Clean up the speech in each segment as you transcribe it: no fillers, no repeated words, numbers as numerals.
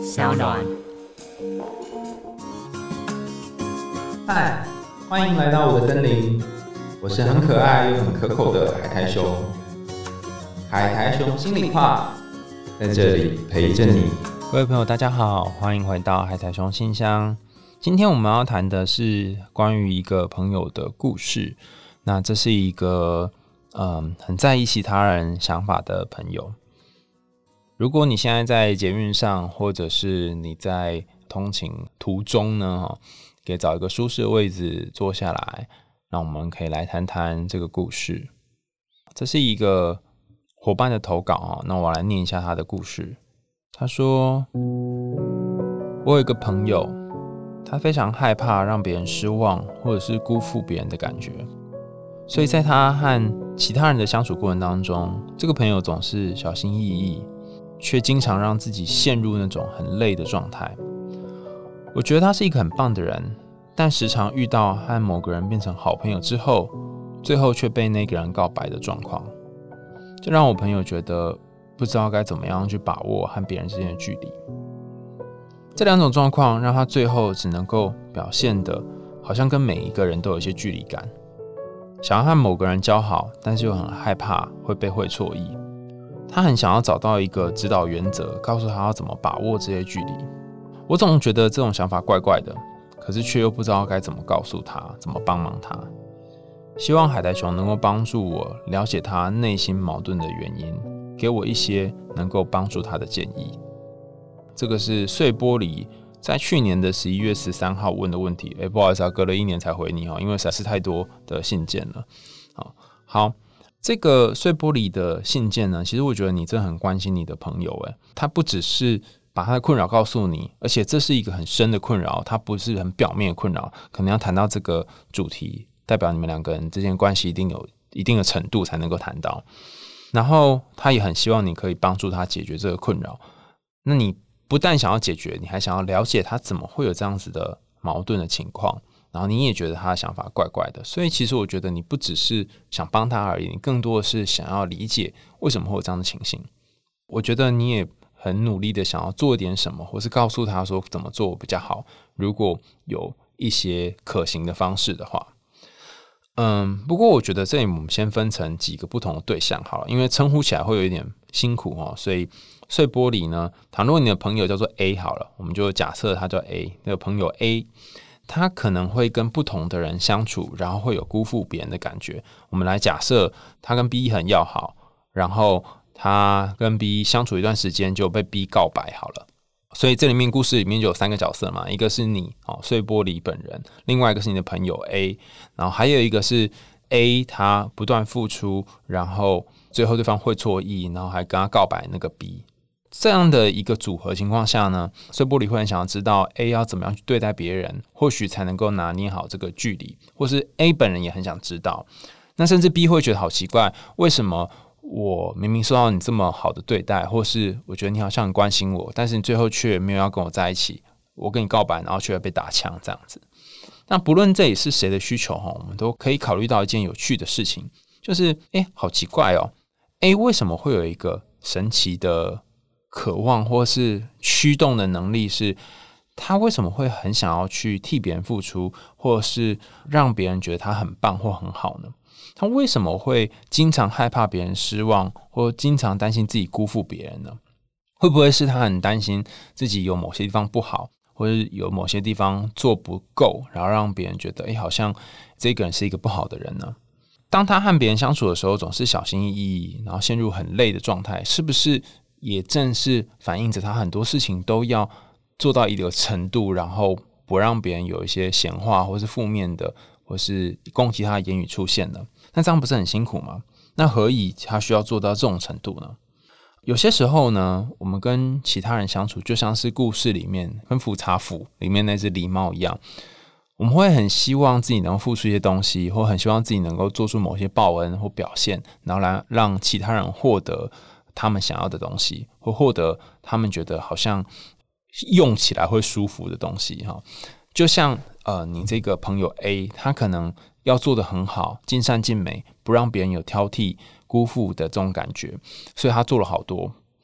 小暖。 嗨，欢迎来到我的森林，我是很可爱又很可口的海苔熊。海苔熊心里话，在这里陪着你。 各位朋友大家好，欢迎回到海苔熊信箱。今天我们要谈的是关于一个朋友的故事。那这是一个很在意其他人想法的朋友。如果你现在在捷运上，或者是你在通勤途中呢，可以找一个舒适的位置坐下来，那我们可以来谈谈这个故事。这是一个伙伴的投稿，那我来念一下他的故事。他说，我有一个朋友，他非常害怕让别人失望或者是辜负别人的感觉，所以在他和其他人的相处过程当中，这个朋友总是小心翼翼，却经常让自己陷入那种很累的状态。我觉得他是一个很棒的人，但时常遇到和某个人变成好朋友之后，最后却被那个人告白的状况，这让我朋友觉得不知道该怎么样去把握和别人之间的距离。这两种状况让他最后只能够表现得好像跟每一个人都有一些距离感，想要和某个人交好，但是又很害怕会被会错意。他很想要找到一个指导原则，告诉他要怎么把握这些距离。我总觉得这种想法怪怪的，可是却又不知道该怎么告诉他，怎么帮忙他。希望海苔熊能够帮助我了解他内心矛盾的原因，给我一些能够帮助他的建议。这个是碎玻璃在去年的11月13号问的问题。不好意思隔了1年才回你，因为实在是太多的信件了。好，这个碎玻璃的信件呢，其实我觉得你真的很关心你的朋友。他不只是把他的困扰告诉你，而且这是一个很深的困扰，它不是很表面的困扰，可能要谈到这个主题，代表你们两个人之间的关系一定有一定的程度才能够谈到。然后他也很希望你可以帮助他解决这个困扰。那你不但想要解决，你还想要了解他怎么会有这样子的矛盾的情况，然后你也觉得他的想法怪怪的。所以其实我觉得你不只是想帮他而已，你更多的是想要理解为什么会有这样的情形。我觉得你也很努力的想要做点什么，或是告诉他说怎么做比较好，如果有一些可行的方式的话。不过我觉得这里我们先分成几个不同的对象好了，因为称呼起来会有一点辛苦，所以碎玻璃呢，倘若你的朋友叫做 A 好了，我们就假设他叫 A， 那个朋友 A 他可能会跟不同的人相处，然后会有辜负别人的感觉。我们来假设他跟 B 很要好，然后他跟 B 相处一段时间就被 B 告白好了。所以这里面故事里面就有3个角色嘛，一个是你碎玻璃本人，另外一个是你的朋友 A， 然后还有一个是 A 他不断付出，然后最后对方会错意，然后还跟他告白那个 B。 这样的一个组合情况下呢，碎玻璃会很想要知道 A 要怎么样去对待别人，或许才能够拿捏好这个距离，或是 A 本人也很想知道。那甚至 B 会觉得好奇怪，为什么我明明受到你这么好的对待，或是我觉得你好像很关心我，但是你最后却没有要跟我在一起，我跟你告白，然后却被打枪这样子。那不论这里是谁的需求，我们都可以考虑到一件有趣的事情，就是好奇怪A 为什么会有一个神奇的渴望或是驱动的能力，是他为什么会很想要去替别人付出，或是让别人觉得他很棒或很好呢？他为什么会经常害怕别人失望，或经常担心自己辜负别人呢？会不会是他很担心自己有某些地方不好，或者有某些地方做不够，然后让别人觉得好像这个人是一个不好的人呢？当他和别人相处的时候总是小心翼翼，然后陷入很累的状态，是不是也正是反映着他很多事情都要做到一个程度，然后不让别人有一些闲话或是负面的或是攻击他的言语出现呢？那这样不是很辛苦吗？那何以他需要做到这种程度呢？有些时候呢，我们跟其他人相处就像是故事里面跟福茶府里面那只狸猫一样，我们会很希望自己能付出一些东西，或很希望自己能够做出某些报恩或表现，然后来让其他人获得他们想要的东西，或获得他们觉得好像用起来会舒服的东西。就像你这个朋友 A， 他可能要做得很好，尽善尽美，不让别人有挑剔辜负的这种感觉，所以他做了好多。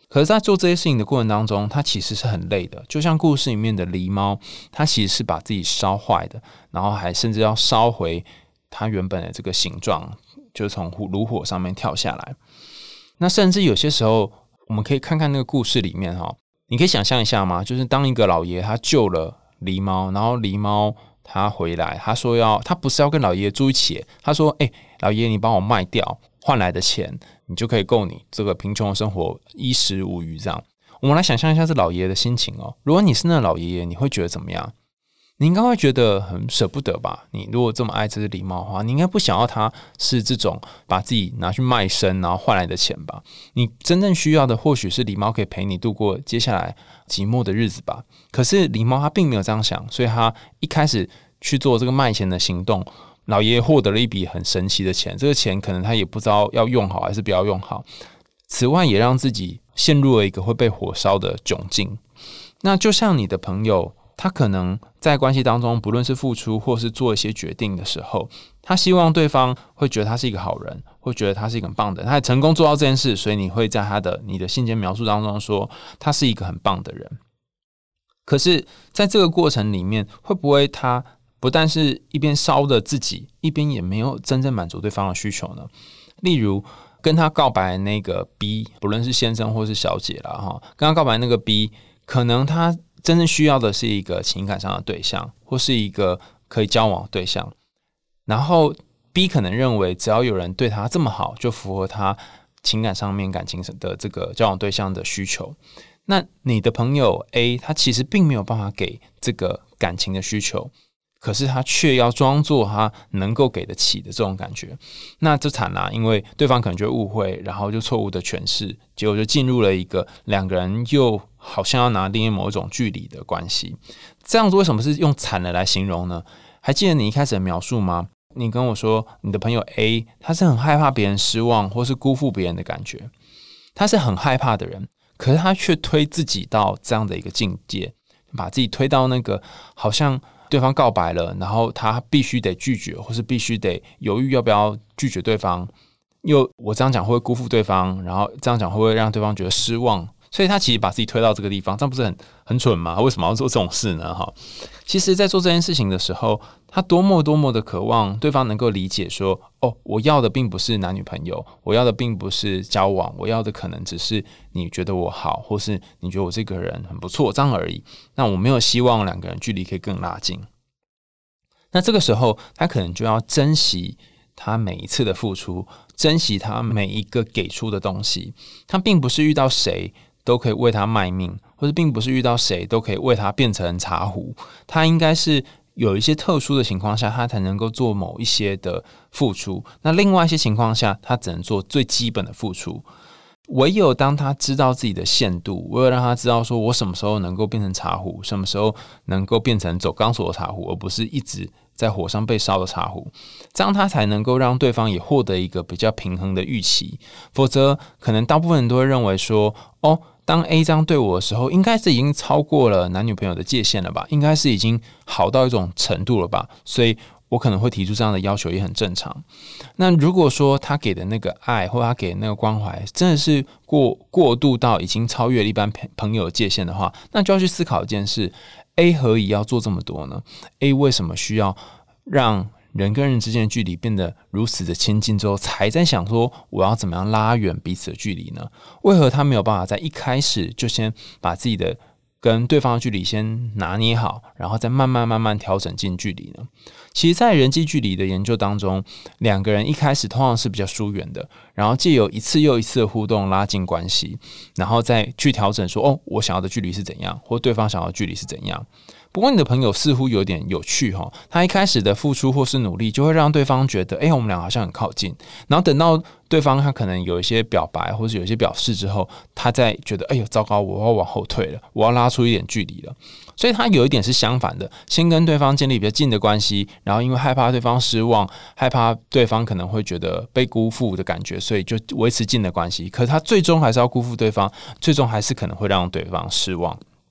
可是在做这些事情的过程当中，他其实是很累的，就像故事里面的狸猫，它其实是把自己烧坏的，然后还甚至要烧回它原本的这个形状，就是从炉火上面跳下来。那甚至有些时候我们可以看看那个故事里面你可以想象一下吗？就是当一个老爷他救了狸猫，然后狸猫他回来，他说他不是要跟老爷住一起，他说老爷你帮我卖掉换来的钱，你就可以够你这个贫穷的生活衣食无余这样。我们来想象一下这老爷的心情如果你是那个老爷爷，你会觉得怎么样？你应该会觉得很舍不得吧？你如果这么爱这只狸猫的话，你应该不想要它是这种把自己拿去卖身然后换来的钱吧？你真正需要的或许是狸猫可以陪你度过接下来寂寞的日子吧。可是狸猫它并没有这样想，所以它一开始去做这个卖钱的行动，老爷爷获得了一笔很神奇的钱，这个钱可能他也不知道要用好还是不要用好。此外也让自己陷入了一个会被火烧的窘境。那就像你的朋友，他可能在关系当中不论是付出或是做一些决定的时候，他希望对方会觉得他是一个好人，会觉得他是一个很棒的人，他也成功做到这件事，所以你会在你的信件描述当中说他是一个很棒的人。可是在这个过程里面，会不会他不但是一边烧的自己，一边也没有真正满足对方的需求呢？例如跟他告白的那个 B， 不论是先生或是小姐啦，跟他告白的那个 B， 可能他真正需要的是一个情感上的对象，或是一个可以交往的对象。然后 B 可能认为只要有人对他这么好，就符合他情感上面感情的这个交往对象的需求。那你的朋友 A 他其实并没有办法给这个感情的需求，可是他却要装作他能够给得起的这种感觉，那就惨啦，因为对方可能就误会，然后就错误的诠释，结果就进入了一个两个人又好像要拿捏某一种距离的关系。这样子为什么是用惨了来形容呢？还记得你一开始的描述吗？你跟我说你的朋友 A 他是很害怕别人失望或是辜负别人的感觉，他是很害怕的人，可是他却推自己到这样的一个境界，把自己推到那个好像对方告白了，然后他必须得拒绝，或是必须得犹豫要不要拒绝对方，又我这样讲会不会辜负对方，然后这样讲会不会让对方觉得失望，所以他其实把自己推到这个地方，这样不是很蠢吗？为什么要做这种事呢？其实在做这件事情的时候，他多么的渴望对方能够理解说，我要的并不是男女朋友，我要的并不是交往，我要的可能只是你觉得我好，或是你觉得我这个人很不错，这样而已。那我没有希望两个人距离可以更拉近。那这个时候他可能就要珍惜他每一次的付出，珍惜他每一个给出的东西。他并不是遇到谁都可以为他卖命，或者并不是遇到谁都可以为他变成茶壶，他应该是有一些特殊的情况下他才能够做某一些的付出，那另外一些情况下他只能做最基本的付出。唯有当他知道自己的限度，唯有让他知道说我什么时候能够变成茶壶，什么时候能够变成走钢索的茶壶，而不是一直在火上被烧的茶壶，这样他才能够让对方也获得一个比较平衡的预期。否则可能大部分人都会认为说，当 A 这样对我的时候，应该是已经超过了男女朋友的界限了吧，应该是已经好到一种程度了吧，所以我可能会提出这样的要求也很正常。那如果说他给的那个爱或他给的那个关怀真的是过度到已经超越了一般朋友的界限的话，那就要去思考一件事， A 何以要做这么多呢？ A 为什么需要让人跟人之间的距离变得如此的亲近之后，才在想说我要怎么样拉远彼此的距离呢？为何他没有办法在一开始就先把自己的跟对方的距离先拿捏好，然后再慢慢调整近距离呢？其实在人际距离的研究当中，两个人一开始通常是比较疏远的，然后借由一次又一次的互动拉近关系，然后再去调整说我想要的距离是怎样，或对方想要的距离是怎样。不过你的朋友似乎有点有趣他一开始的付出或是努力就会让对方觉得我们俩好像很靠近，然后等到对方他可能有一些表白或是有一些表示之后，他再觉得糟糕，我要往后退了，我要拉出一点距离了。所以他有一点是相反的，先跟对方建立比较近的关系，然后因为害怕对方失望，害怕对方可能会觉得被辜负的感觉，所以就维持近的关系。可是他最终还是要辜负对方，最终还是可能会让对方失望。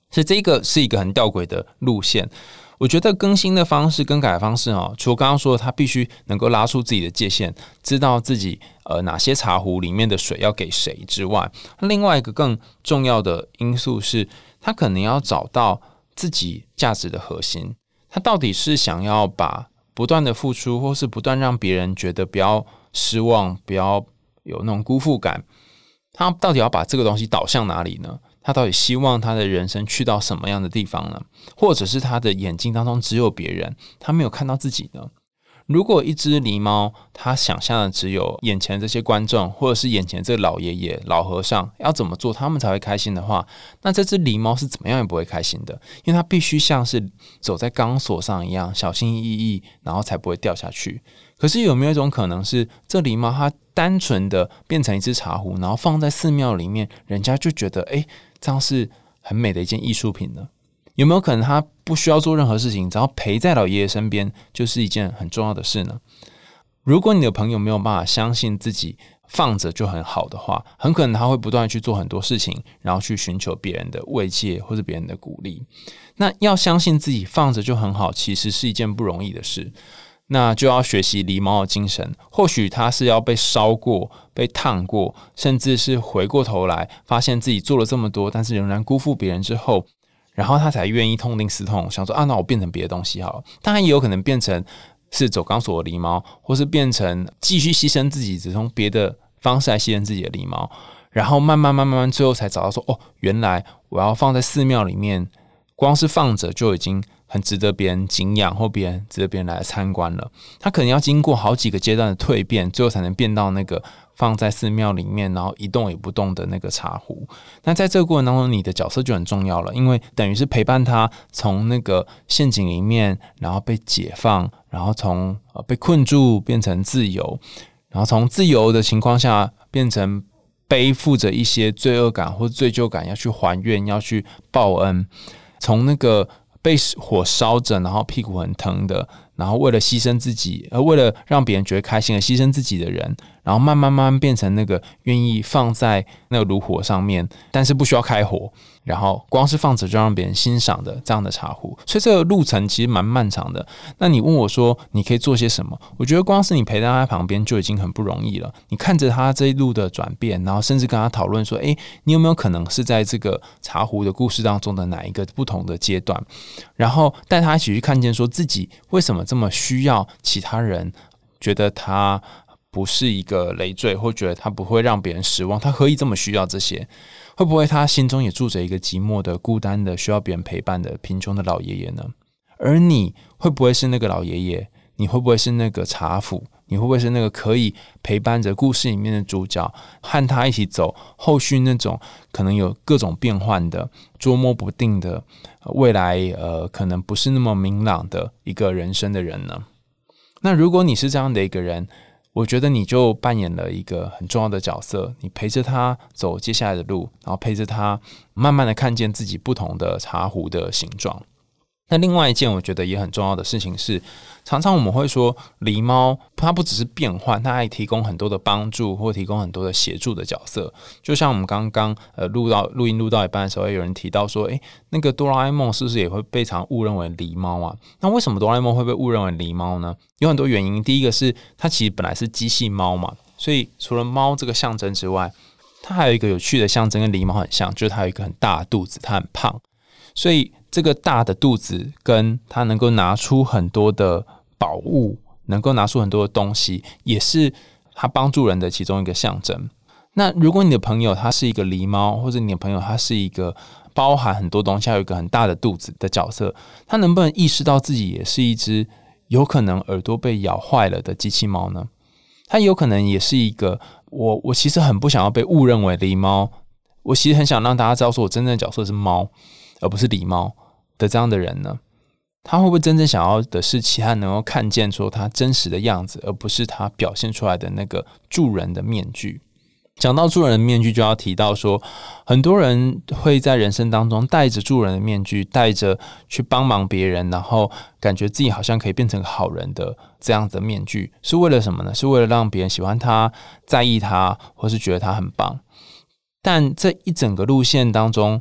所以这个是一个很吊诡的路线。我觉得更新的方式、更改的方式除了刚刚说他必须能够拉出自己的界限，知道自己哪些茶壶里面的水要给谁之外，另外一个更重要的因素是，他可能要找到自己价值的核心。他到底是想要把不断的付出，或是不断让别人觉得不要失望，不要有那种辜负感，他到底要把这个东西导向哪里呢？他到底希望他的人生去到什么样的地方呢？或者是他的眼睛当中只有别人，他没有看到自己呢？如果一只狸猫，他想象的只有眼前这些观众，或者是眼前这个老爷爷、老和尚要怎么做他们才会开心的话，那这只狸猫是怎么样也不会开心的，因为它必须像是走在钢索上一样，小心翼翼，然后才不会掉下去。可是有没有一种可能是，这狸猫它单纯的变成一只茶壶，然后放在寺庙里面，人家就觉得这样是很美的一件艺术品呢？有没有可能他不需要做任何事情，只要陪在老爷爷身边就是一件很重要的事呢？如果你的朋友没有办法相信自己放着就很好的话，很可能他会不断的去做很多事情，然后去寻求别人的慰藉或者别人的鼓励。那要相信自己放着就很好，其实是一件不容易的事。那就要学习狸猫的精神，或许他是要被烧过、被烫过，甚至是回过头来发现自己做了这么多，但是仍然辜负别人之后，然后他才愿意痛定思痛，想说那我变成别的东西好了。当然也有可能变成是走钢索的狸猫，或是变成继续牺牲自己，只从别的方式来牺牲自己的狸猫，然后慢慢最后才找到说原来我要放在寺庙里面，光是放着就已经很值得别人敬仰，或值得别人来参观了。他可能要经过好几个阶段的蜕变，最后才能变到那个放在寺庙里面，然后一动也不动的那个茶壶。那在这个过程当中，你的角色就很重要了，因为等于是陪伴他从那个陷阱里面，然后被解放，然后从被困住变成自由，然后从自由的情况下变成背负着一些罪恶感或罪疚感，要去还愿，要去报恩，从那个被火烧着，然后屁股很疼的，然后为了牺牲自己，为了让别人觉得开心而牺牲自己的人，然后慢慢变成那个愿意放在那个炉火上面，但是不需要开火，然后光是放着就让别人欣赏的这样的茶壶。所以这个路程其实蛮漫长的。那你问我说你可以做些什么，我觉得光是你陪在他旁边就已经很不容易了。你看着他这一路的转变，然后甚至跟他讨论说你有没有可能是在这个茶壶的故事当中的哪一个不同的阶段，然后带他一起去看见说自己为什么这么需要其他人觉得他不是一个累赘，或觉得他不会让别人失望，他何以这么需要这些？会不会他心中也住着一个寂寞的、孤单的、需要别人陪伴的贫穷的老爷爷呢？而你会不会是那个老爷爷？你会不会是那个茶府？你会不会是那个可以陪伴着故事里面的主角，和他一起走后续那种可能有各种变换的、捉摸不定的未来可能不是那么明朗的一个人生的人呢？那如果你是这样的一个人，我觉得你就扮演了一个很重要的角色，你陪着他走接下来的路，然后陪着他慢慢的看见自己不同的茶壶的形状。那另外一件我觉得也很重要的事情是，常常我们会说狸猫它不只是变换，它还提供很多的帮助或提供很多的协助的角色。就像我们刚刚录音录到一半的时候，有人提到说那个哆啦 A 梦是不是也会被常误认为狸猫啊？那为什么哆啦 A 梦会被误认为狸猫呢？有很多原因。第一个是它其实本来是机器猫嘛，所以除了猫这个象征之外，它还有一个有趣的象征跟狸猫很像，就是它有一个很大的肚子，它很胖，所以这个大的肚子跟它能够拿出很多的宝物，能够拿出很多的东西，也是它帮助人的其中一个象征。那如果你的朋友他是一个狸猫，或者你的朋友他是一个包含很多东西，还有一个很大的肚子的角色，他能不能意识到自己也是一只有可能耳朵被咬坏了的机器猫呢？他有可能也是一个我其实很不想要被误认为狸猫，我其实很想让大家知道说我真正的角色是猫而不是狸猫的这样的人呢？他会不会真正想要的是其他人能够看见说他真实的样子，而不是他表现出来的那个助人的面具？讲到助人的面具，就要提到说，很多人会在人生当中戴着助人的面具，戴着去帮忙别人，然后感觉自己好像可以变成好人的这样子的面具，是为了什么呢？是为了让别人喜欢他、在意他，或是觉得他很棒。但这一整个路线当中，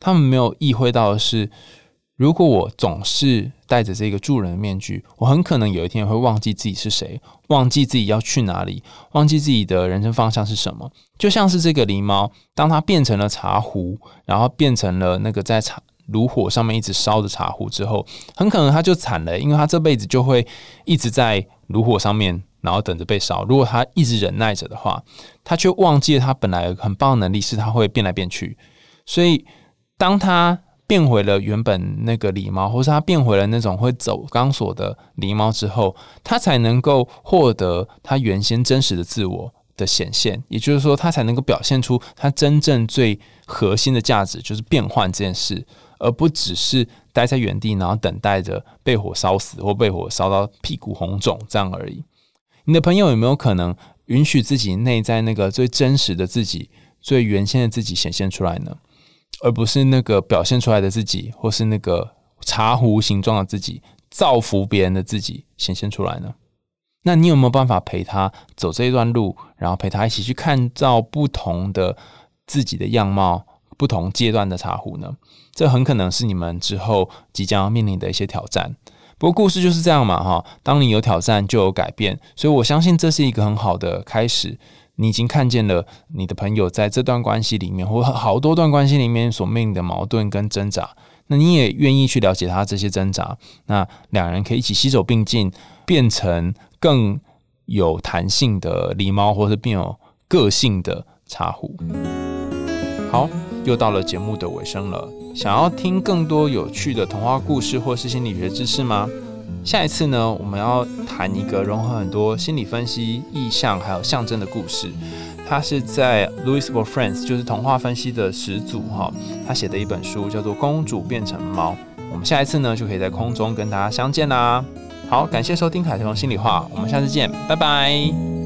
他们没有意会到的是，如果我总是戴着这个助人的面具，我很可能有一天会忘记自己是谁，忘记自己要去哪里，忘记自己的人生方向是什么。就像是这个狸猫，当它变成了茶壶，然后变成了那个在炉火上面一直烧的茶壶之后，很可能它就惨了，因为它这辈子就会一直在炉火上面，然后等着被烧。如果它一直忍耐着的话，它却忘记了它本来很棒的能力是它会变来变去。所以当它变回了原本那个狸猫，或是它变回了那种会走钢索的狸猫之后，它才能够获得它原先真实的自我的显现，也就是说，它才能够表现出它真正最核心的价值，就是变换这件事，而不只是待在原地，然后等待着被火烧死或被火烧到屁股红肿这样而已。你的朋友有没有可能允许自己内在那个最真实的自己、最原先的自己显现出来呢？而不是那个表现出来的自己，或是那个茶壶形状的自己，造福别人的自己显现出来呢？那你有没有办法陪他走这一段路，然后陪他一起去看到不同的自己的样貌，不同阶段的茶壶呢？这很可能是你们之后即将要面临的一些挑战。不过故事就是这样嘛，当你有挑战就有改变，所以我相信这是一个很好的开始。你已经看见了你的朋友在这段关系里面，或好多段关系里面所面临的矛盾跟挣扎，那你也愿意去了解他这些挣扎，那两人可以一起携手并进，变成更有弹性的狸猫，或是变有个性的茶壶。好，又到了节目的尾声了，想要听更多有趣的童话故事或是心理学知识吗？下一次呢，我们要谈一个融合很多心理分析、意象还有象征的故事。它是在 Louis Wolframs， 就是童话分析的始祖他写的一本书叫做《公主变成猫》。我们下一次呢，就可以在空中跟大家相见啦。好，感谢收听凯特熊心里话，我们下次见，拜拜。